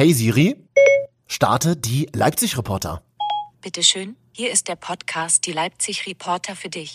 Hey Siri, starte die Leipzig-Reporter. Bitteschön, hier ist der Podcast Die Leipzig-Reporter für dich.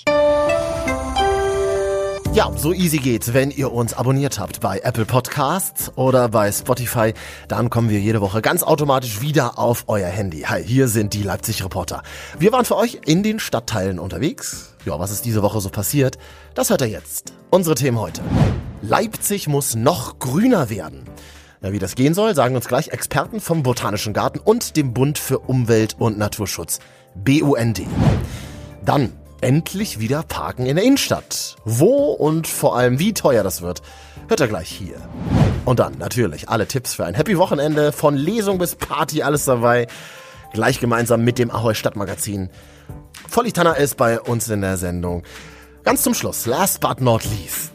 Ja, so easy geht's, wenn ihr uns abonniert habt bei Apple Podcasts oder bei Spotify. Dann kommen wir jede Woche ganz automatisch wieder auf euer Handy. Hi, hier sind die Leipzig-Reporter. Wir waren für euch in den Stadtteilen unterwegs. Ja, was ist diese Woche so passiert? Das hört ihr jetzt. Unsere Themen heute. Leipzig muss noch grüner werden. Ja, wie das gehen soll, sagen uns gleich Experten vom Botanischen Garten und dem Bund für Umwelt und Naturschutz, BUND. Dann endlich wieder Parken in der Innenstadt. Wo und vor allem wie teuer das wird, hört ihr gleich hier. Und dann natürlich alle Tipps für ein Happy Wochenende, von Lesung bis Party, alles dabei. Gleich gemeinsam mit dem Ahoi Stadtmagazin. Volli Tanner ist bei uns in der Sendung. Ganz zum Schluss, last but not least.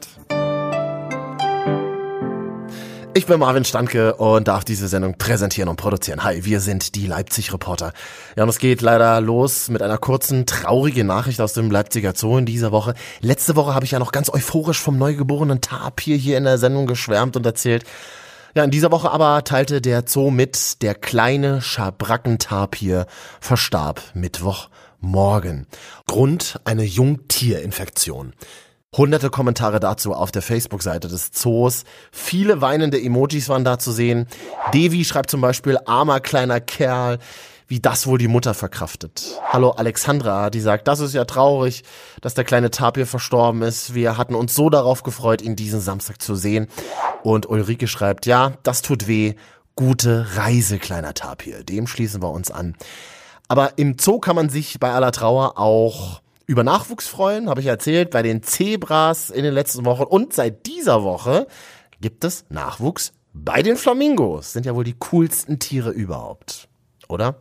Ich bin Marvin Standke und darf diese Sendung präsentieren und produzieren. Hi, wir sind die Leipzig-Reporter. Ja, und es geht leider los mit einer kurzen, traurigen Nachricht aus dem Leipziger Zoo in dieser Woche. Letzte Woche habe ich ja noch ganz euphorisch vom neugeborenen Tapir hier in der Sendung geschwärmt und erzählt. Ja, in dieser Woche aber teilte der Zoo mit, der kleine Schabrackentapir verstarb Mittwochmorgen. Grund: eine Jungtierinfektion. Hunderte Kommentare dazu auf der Facebook-Seite des Zoos. Viele weinende Emojis waren da zu sehen. Devi schreibt zum Beispiel, armer kleiner Kerl, wie das wohl die Mutter verkraftet. Hallo Alexandra, die sagt, das ist ja traurig, dass der kleine Tapir verstorben ist. Wir hatten uns so darauf gefreut, ihn diesen Samstag zu sehen. Und Ulrike schreibt, ja, das tut weh. Gute Reise, kleiner Tapir. Dem schließen wir uns an. Aber im Zoo kann man sich bei aller Trauer auch über Nachwuchs freuen, habe ich erzählt, bei den Zebras in den letzten Wochen. Und seit dieser Woche gibt es Nachwuchs bei den Flamingos. Sind ja wohl die coolsten Tiere überhaupt, oder?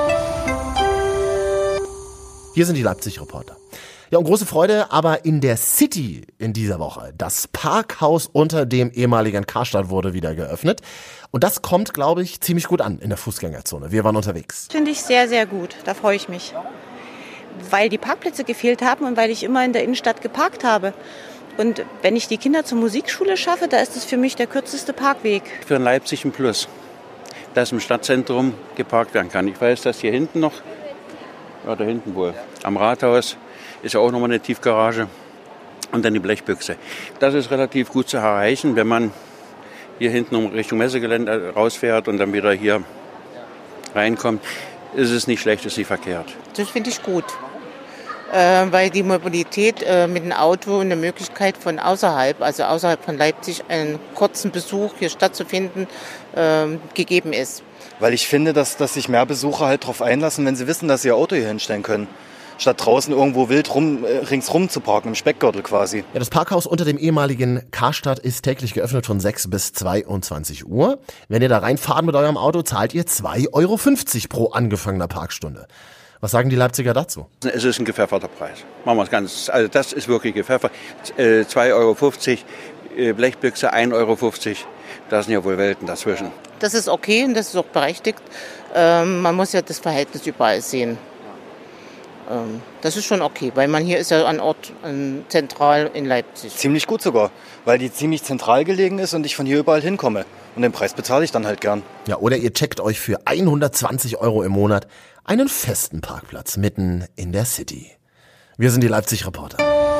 Hier sind die Leipzig-Reporter. Ja, und große Freude, aber in der City in dieser Woche. Das Parkhaus unter dem ehemaligen Karstadt wurde wieder geöffnet. Und das kommt, glaube ich, ziemlich gut an in der Fußgängerzone. Wir waren unterwegs. Finde ich sehr, sehr gut. Da freue ich mich. Weil die Parkplätze gefehlt haben und weil ich immer in der Innenstadt geparkt habe. Und wenn ich die Kinder zur Musikschule schaffe, da ist es für mich der kürzeste Parkweg. Für Leipzig ein Plus, dass im Stadtzentrum geparkt werden kann. Ich weiß, dass hier hinten noch, ja, da hinten wohl, am Rathaus ist ja auch nochmal eine Tiefgarage und dann die Blechbüchse. Das ist relativ gut zu erreichen, wenn man hier hinten Richtung Messegelände rausfährt und dann wieder hier reinkommt. Ist es nicht schlecht, ist nicht verkehrt. Das finde ich gut, weil die Mobilität mit dem Auto eine Möglichkeit von außerhalb, also außerhalb von Leipzig, einen kurzen Besuch hier stattzufinden, gegeben ist. Weil ich finde, dass sich mehr Besucher halt darauf einlassen, wenn sie wissen, dass sie ihr Auto hier hinstellen können. Statt draußen irgendwo wild ringsrum zu parken, im Speckgürtel quasi. Ja, das Parkhaus unter dem ehemaligen Karstadt ist täglich geöffnet von 6 bis 22 Uhr. Wenn ihr da reinfahrt mit eurem Auto, zahlt ihr 2,50 € pro angefangener Parkstunde. Was sagen die Leipziger dazu? Es ist ein gepfefferter Preis. Machen wir es ganz, also das ist wirklich gepfeffert. 2,50 €, Blechbüchse 1,50 €. Da sind ja wohl Welten dazwischen. Das ist okay und das ist auch berechtigt. Man muss ja das Verhältnis überall sehen. Das ist schon okay, weil man hier ist ja an Ort zentral in Leipzig. Ziemlich gut sogar, weil die ziemlich zentral gelegen ist und ich von hier überall hinkomme. Und den Preis bezahle ich dann halt gern. Ja, oder ihr checkt euch für 120 € im Monat einen festen Parkplatz mitten in der City. Wir sind die Leipzig-Reporter.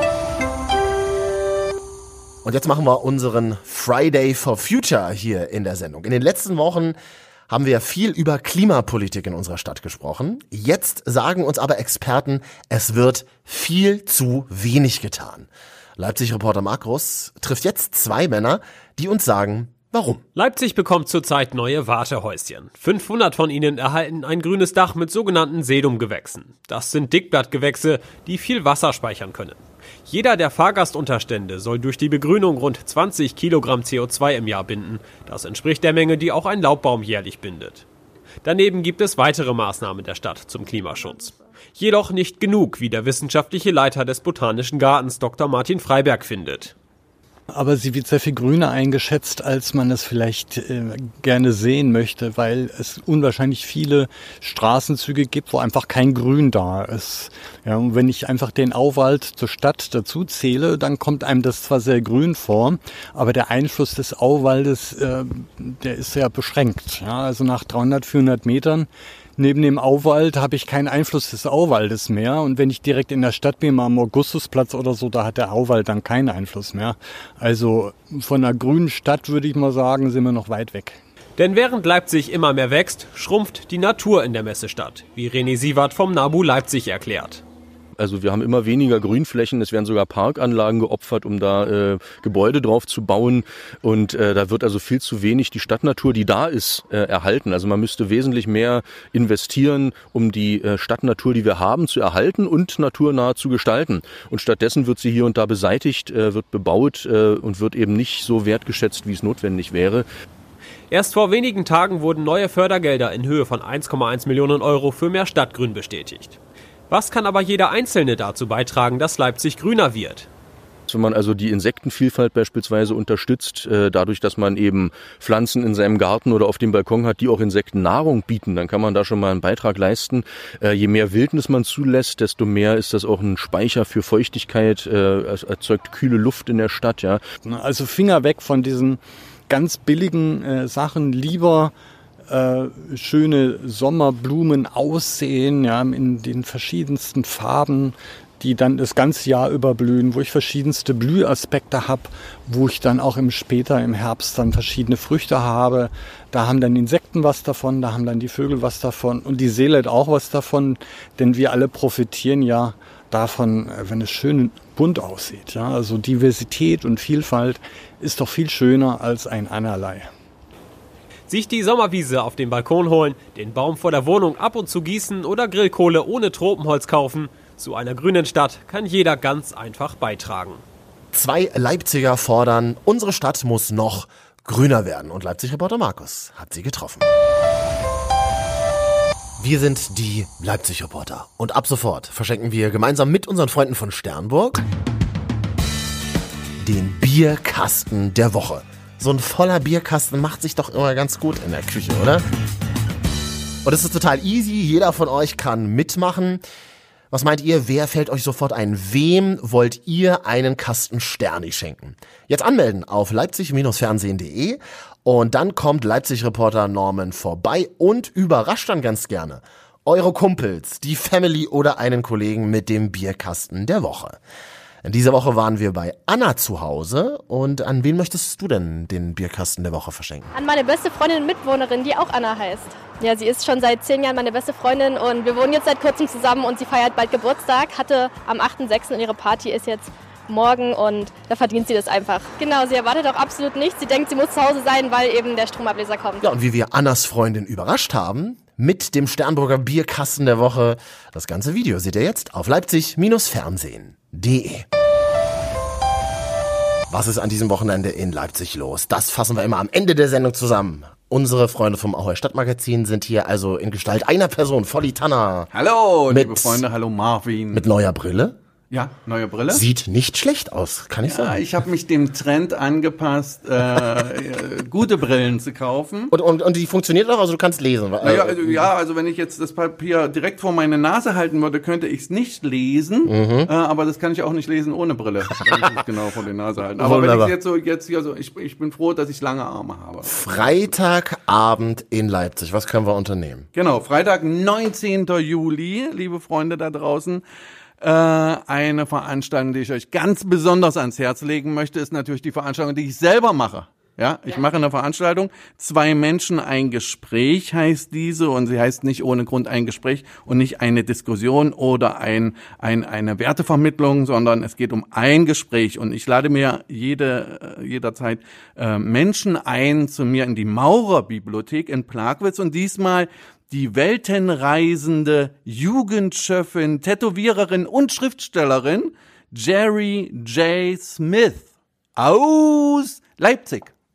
Und jetzt machen wir unseren Friday for Future hier in der Sendung. In den letzten Wochen haben wir viel über Klimapolitik in unserer Stadt gesprochen. Jetzt sagen uns aber Experten, es wird viel zu wenig getan. Leipzig-Reporter Markus trifft jetzt 2 Männer, die uns sagen, warum. Leipzig bekommt zurzeit neue Wartehäuschen. 500 von ihnen erhalten ein grünes Dach mit sogenannten Sedumgewächsen. Das sind Dickblattgewächse, die viel Wasser speichern können. Jeder der Fahrgastunterstände soll durch die Begrünung rund 20 Kilogramm CO2 im Jahr binden. Das entspricht der Menge, die auch ein Laubbaum jährlich bindet. Daneben gibt es weitere Maßnahmen der Stadt zum Klimaschutz. Jedoch nicht genug, wie der wissenschaftliche Leiter des Botanischen Gartens Dr. Martin Freiberg findet. Aber sie wird sehr viel grüner eingeschätzt, als man es vielleicht gerne sehen möchte, weil es unwahrscheinlich viele Straßenzüge gibt, wo einfach kein Grün da ist. Ja, und wenn ich einfach den Auwald zur Stadt dazu zähle, dann kommt einem das zwar sehr grün vor, aber der Einfluss des Auwaldes, der ist sehr beschränkt. Ja, also nach 300, 400 Metern neben dem Auwald habe ich keinen Einfluss des Auwaldes mehr. Und wenn ich direkt in der Stadt bin, mal am Augustusplatz oder so, da hat der Auwald dann keinen Einfluss mehr. Also von einer grünen Stadt würde ich mal sagen, sind wir noch weit weg. Denn während Leipzig immer mehr wächst, schrumpft die Natur in der Messestadt, wie René Sievert vom NABU Leipzig erklärt. Also wir haben immer weniger Grünflächen, es werden sogar Parkanlagen geopfert, um da Gebäude drauf zu bauen und da wird also viel zu wenig die Stadtnatur, die da ist, erhalten. Also man müsste wesentlich mehr investieren, um die Stadtnatur, die wir haben, zu erhalten und naturnah zu gestalten. Und stattdessen wird sie hier und da beseitigt, wird bebaut und wird eben nicht so wertgeschätzt, wie es notwendig wäre. Erst vor wenigen Tagen wurden neue Fördergelder in Höhe von 1,1 Millionen Euro für mehr Stadtgrün bestätigt. Was kann aber jeder Einzelne dazu beitragen, dass Leipzig grüner wird? Wenn man also die Insektenvielfalt beispielsweise unterstützt, dadurch, dass man eben Pflanzen in seinem Garten oder auf dem Balkon hat, die auch Insektennahrung bieten, dann kann man da schon mal einen Beitrag leisten. Je mehr Wildnis man zulässt, desto mehr ist das auch ein Speicher für Feuchtigkeit, es erzeugt kühle Luft in der Stadt. Ja. Also Finger weg von diesen ganz billigen Sachen, lieber schöne Sommerblumen aussehen, ja, in den verschiedensten Farben, die dann das ganze Jahr über blühen, wo ich verschiedenste Blühaspekte habe, wo ich dann auch später im Herbst dann verschiedene Früchte habe. Da haben dann Insekten was davon, da haben dann die Vögel was davon und die Seele hat auch was davon, denn wir alle profitieren ja davon, wenn es schön bunt aussieht. Ja? Also Diversität und Vielfalt ist doch viel schöner als ein Einerlei. Sich die Sommerwiese auf den Balkon holen, den Baum vor der Wohnung ab und zu gießen oder Grillkohle ohne Tropenholz kaufen. Zu einer grünen Stadt kann jeder ganz einfach beitragen. 2 Leipziger fordern, unsere Stadt muss noch grüner werden. Und Leipzig-Reporter Markus hat sie getroffen. Wir sind die Leipzig-Reporter. Und ab sofort verschenken wir gemeinsam mit unseren Freunden von Sternburg den Bierkasten der Woche. So ein voller Bierkasten macht sich doch immer ganz gut in der Küche, oder? Und es ist total easy, jeder von euch kann mitmachen. Was meint ihr, wer fällt euch sofort ein? Wem wollt ihr einen Kasten Sterni schenken? Jetzt anmelden auf leipzig-fernsehen.de und dann kommt Leipzig-Reporter Norman vorbei und überrascht dann ganz gerne eure Kumpels, die Family oder einen Kollegen mit dem Bierkasten der Woche. In dieser Woche waren wir bei Anna zu Hause. Und an wen möchtest du denn den Bierkasten der Woche verschenken? An meine beste Freundin und Mitwohnerin, die auch Anna heißt. Ja, sie ist schon seit 10 Jahren meine beste Freundin und wir wohnen jetzt seit kurzem zusammen und sie feiert bald Geburtstag, hatte am 8.6. und ihre Party ist jetzt morgen und da verdient sie das einfach. Genau, sie erwartet auch absolut nichts. Sie denkt, sie muss zu Hause sein, weil eben der Stromableser kommt. Ja, und wie wir Annas Freundin überrascht haben, mit dem Sternburger Bierkasten der Woche. Das ganze Video seht ihr jetzt auf leipzig-fernsehen.de. Was ist an diesem Wochenende in Leipzig los? Das fassen wir immer am Ende der Sendung zusammen. Unsere Freunde vom Ahoi Stadtmagazin sind hier also in Gestalt einer Person, Volli Tanner. Hallo, liebe Freunde, hallo Marvin. Mit neuer Brille? Ja, neue Brille. Sieht nicht schlecht aus, kann ich sagen. Ja, ich habe mich dem Trend angepasst, gute Brillen zu kaufen. Und die funktioniert auch, also du kannst lesen? Also wenn ich jetzt das Papier direkt vor meine Nase halten würde, könnte ich es nicht lesen. Aber das kann ich auch nicht lesen ohne Brille. Wenn ich es genau vor die Nase halten. Aber wenn ich jetzt hier so, ich bin froh, dass ich lange Arme habe. Freitagabend in Leipzig, was können wir unternehmen? Genau, Freitag, 19. Juli, liebe Freunde da draußen. Eine Veranstaltung, die ich euch ganz besonders ans Herz legen möchte, ist natürlich die Veranstaltung, die ich selber mache. Ja, ich mache eine Veranstaltung, 2 Menschen, ein Gespräch heißt diese und sie heißt nicht ohne Grund ein Gespräch und nicht eine Diskussion oder eine Wertevermittlung, sondern es geht um ein Gespräch und ich lade mir jederzeit Menschen ein zu mir in die Maurerbibliothek in Plagwitz und diesmal die weltenreisende Jugendschöffin, Tätowiererin und Schriftstellerin Jerry J. Smith aus Leipzig.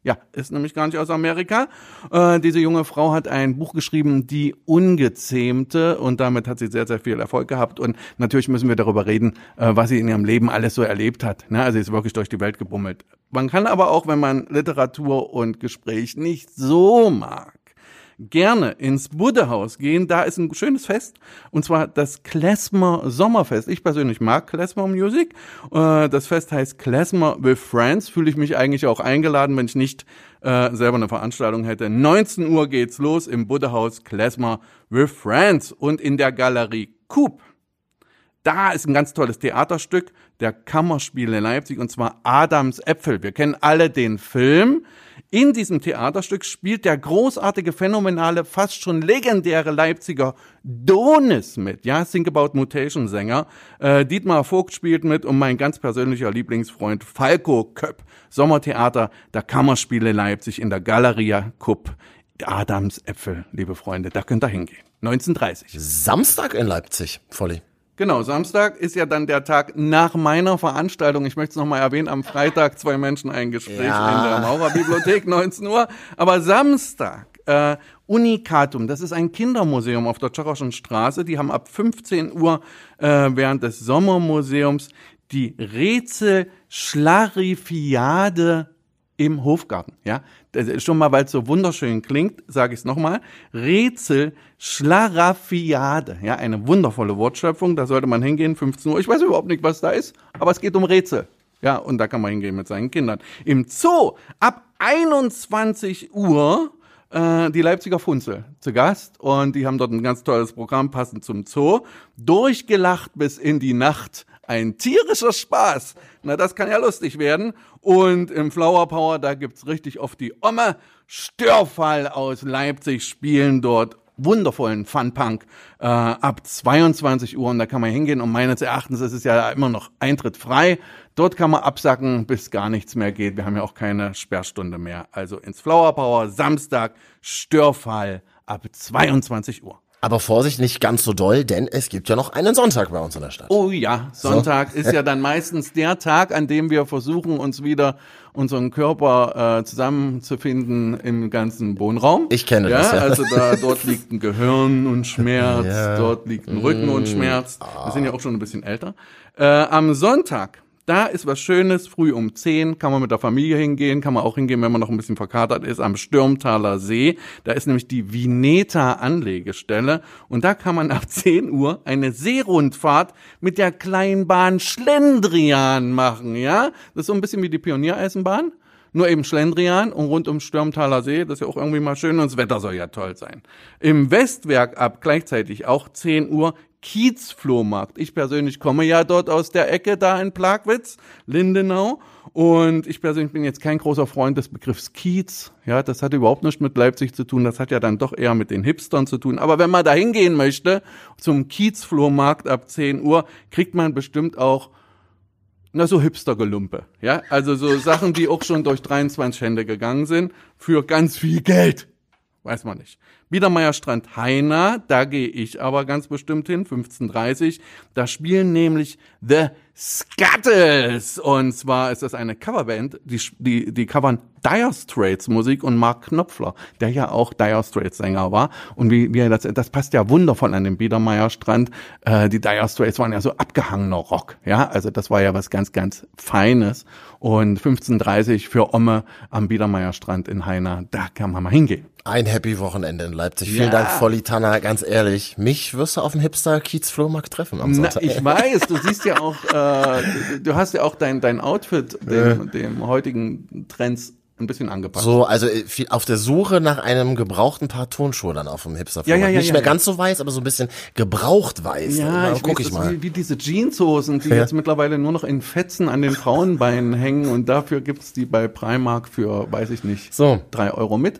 Ja, ist nämlich gar nicht aus Amerika. Diese junge Frau hat ein Buch geschrieben, Die Ungezähmte, und damit hat sie sehr, sehr viel Erfolg gehabt. Und natürlich müssen wir darüber reden, was sie in ihrem Leben alles so erlebt hat. Ne? Also sie ist wirklich durch die Welt gebummelt. Man kann aber auch, wenn man Literatur und Gespräch nicht so mag, gerne ins Buddehaus gehen. Da ist ein schönes Fest, und zwar das Klezmer Sommerfest. Ich persönlich mag Klezmer Music. Das Fest heißt Klezmer with Friends. Fühle ich mich eigentlich auch eingeladen, wenn ich nicht selber eine Veranstaltung hätte. 19 Uhr geht's los im Buddehaus Klezmer with Friends und in der Galerie Coop. Da ist ein ganz tolles Theaterstück der Kammerspiele Leipzig, und zwar Adams Äpfel. Wir kennen alle den Film. In diesem Theaterstück spielt der großartige, phänomenale, fast schon legendäre Leipziger Donis mit. Ja, Think About Mutation Sänger. Dietmar Vogt spielt mit und mein ganz persönlicher Lieblingsfreund Falco Köpp. Sommertheater der Kammerspiele Leipzig in der Galeria Coop. Adams Äpfel, liebe Freunde, da könnt ihr hingehen. 19:30. Samstag in Leipzig, Volli. Genau, Samstag ist ja dann der Tag nach meiner Veranstaltung. Ich möchte es nochmal erwähnen, am Freitag 2 Menschen ein Gespräch in der Maurerbibliothek, 19 Uhr. Aber Samstag, Unikatum, das ist ein Kindermuseum auf der Tscherowschen Straße. Die haben ab 15 Uhr während des Sommermuseums die Rätsel-Schlarifiade im Hofgarten. Ja, das ist schon mal, weil es so wunderschön klingt, sage ich es nochmal. Rätsel-Schlarafiade. Ja, eine wundervolle Wortschöpfung. Da sollte man hingehen, 15 Uhr. Ich weiß überhaupt nicht, was da ist, aber es geht um Rätsel. Ja, und da kann man hingehen mit seinen Kindern. Im Zoo ab 21 Uhr die Leipziger Funzel zu Gast, und die haben dort ein ganz tolles Programm passend zum Zoo. Durchgelacht bis in die Nacht. Ein tierischer Spaß. Na, das kann ja lustig werden. Und im Flower Power, da gibt's richtig oft die Omme. Störfall aus Leipzig spielen dort wundervollen Funpunk ab 22 Uhr. Und da kann man hingehen. Und meines Erachtens ist es ja immer noch Eintritt frei. Dort kann man absacken, bis gar nichts mehr geht. Wir haben ja auch keine Sperrstunde mehr. Also ins Flower Power, Samstag, Störfall ab 22 Uhr. Aber Vorsicht, nicht ganz so doll, denn es gibt ja noch einen Sonntag bei uns in der Stadt. Oh ja, Sonntag ist ja dann meistens der Tag, an dem wir versuchen, uns wieder unseren Körper zusammenzufinden im ganzen Wohnraum. Ich kenne das, ja. Also dort liegt ein Gehirn und Schmerz, dort liegt ein Rücken und Schmerz. Wir sind ja auch schon ein bisschen älter. Am Sonntag, da ist was Schönes, früh um 10 kann man mit der Familie hingehen, kann man auch hingehen, wenn man noch ein bisschen verkatert ist, am Stürmtaler See. Da ist nämlich die Vineta-Anlegestelle, und da kann man ab 10 Uhr eine Seerundfahrt mit der Kleinbahn Schlendrian machen, ja? Das ist so ein bisschen wie die Pioniereisenbahn, nur eben Schlendrian und rund um Stürmtaler See, das ist ja auch irgendwie mal schön, und das Wetter soll ja toll sein. Im Westwerk ab gleichzeitig auch 10 Uhr Kiezflohmarkt. Ich persönlich komme ja dort aus der Ecke da in Plagwitz, Lindenau, und ich persönlich bin jetzt kein großer Freund des Begriffs Kiez. Ja, das hat überhaupt nichts mit Leipzig zu tun, das hat ja dann doch eher mit den Hipstern zu tun. Aber wenn man da hingehen möchte, zum Kiezflohmarkt ab 10 Uhr, kriegt man bestimmt auch so Hipster-Gelumpe. Ja, also so Sachen, die auch schon durch 23 Hände gegangen sind, für ganz viel Geld. Weiß man nicht. Biedermeierstrand Heina, da gehe ich aber ganz bestimmt hin, 15:30. Da spielen nämlich The Scuttles. Und zwar ist das eine Coverband, die covern Dire Straits Musik und Mark Knopfler, der ja auch Dire Straits Sänger war. Und das passt ja wundervoll an den Biedermeierstrand. Die Dire Straits waren ja so abgehangener Rock. Ja, also das war ja was ganz, ganz Feines. Und 15:30 für Omme am Biedermeierstrand in Heina, da kann man mal hingehen. Ein happy Wochenende in Leipzig. Vielen Dank, Volli Tanner, ganz ehrlich. Mich wirst du auf dem Hipster-Kiez-Flohmarkt treffen am Sonntag. Ich weiß, du siehst ja auch, du hast ja auch dein Outfit dem heutigen Trends ein bisschen angepasst. So, also auf der Suche nach einem gebrauchten Paar Turnschuhe dann auf dem Hipster-Flohmarkt. Nicht mehr ganz so weiß, aber so ein bisschen gebraucht weiß. Ja, guck ich mal. Wie diese Jeanshosen, die jetzt mittlerweile nur noch in Fetzen an den Frauenbeinen hängen, und dafür gibt's die bei Primark für, weiß ich nicht, 3 Euro mit.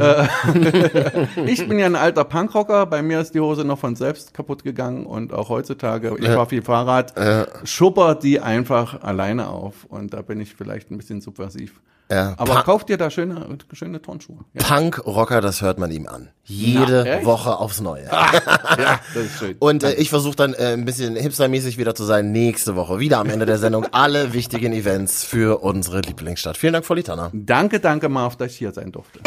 Ich bin ja ein alter Punkrocker, bei mir ist die Hose noch von selbst kaputt gegangen, und auch heutzutage, ich fahre viel Fahrrad, schuppert die einfach alleine auf, und da bin ich vielleicht ein bisschen subversiv. Aber kauft dir da schöne Turnschuhe. Ja. Punk-Rocker, das hört man ihm an. Jede Woche aufs Neue. Ja, das ist schön. Und ich versuche dann ein bisschen hipstermäßig wieder zu sein. Nächste Woche wieder am Ende der Sendung alle wichtigen Events für unsere Lieblingsstadt. Vielen Dank, Folitana. Danke, Marv, dass ich hier sein durfte.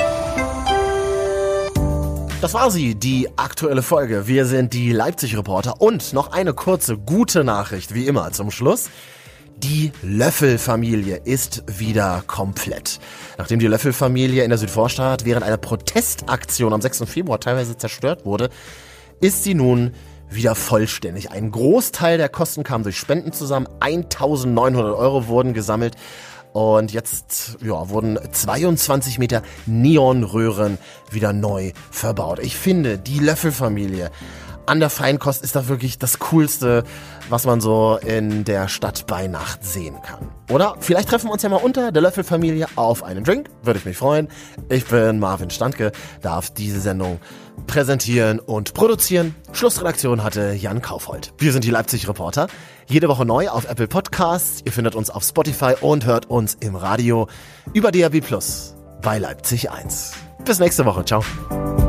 Das war sie, die aktuelle Folge. Wir sind die Leipzig-Reporter und noch eine kurze gute Nachricht, wie immer zum Schluss. Die Löffel-Familie ist wieder komplett. Nachdem die Löffel-Familie in der Südvorstadt während einer Protestaktion am 6. Februar teilweise zerstört wurde, ist sie nun wieder vollständig. Ein Großteil der Kosten kam durch Spenden zusammen. 1.900 € wurden gesammelt. Und jetzt wurden 22 Meter Neonröhren wieder neu verbaut. Ich finde, die Löffel-Familie an der Feinkost ist da wirklich das Coolste, was man so in der Stadt bei Nacht sehen kann. Oder vielleicht treffen wir uns ja mal unter der Löffel-Familie auf einen Drink. Würde ich mich freuen. Ich bin Marvin Standke, darf diese Sendung präsentieren und produzieren. Schlussredaktion hatte Jan Kaufhold. Wir sind die Leipzig-Reporter. Jede Woche neu auf Apple Podcasts. Ihr findet uns auf Spotify und hört uns im Radio über DAB+ bei Leipzig 1. Bis nächste Woche. Ciao.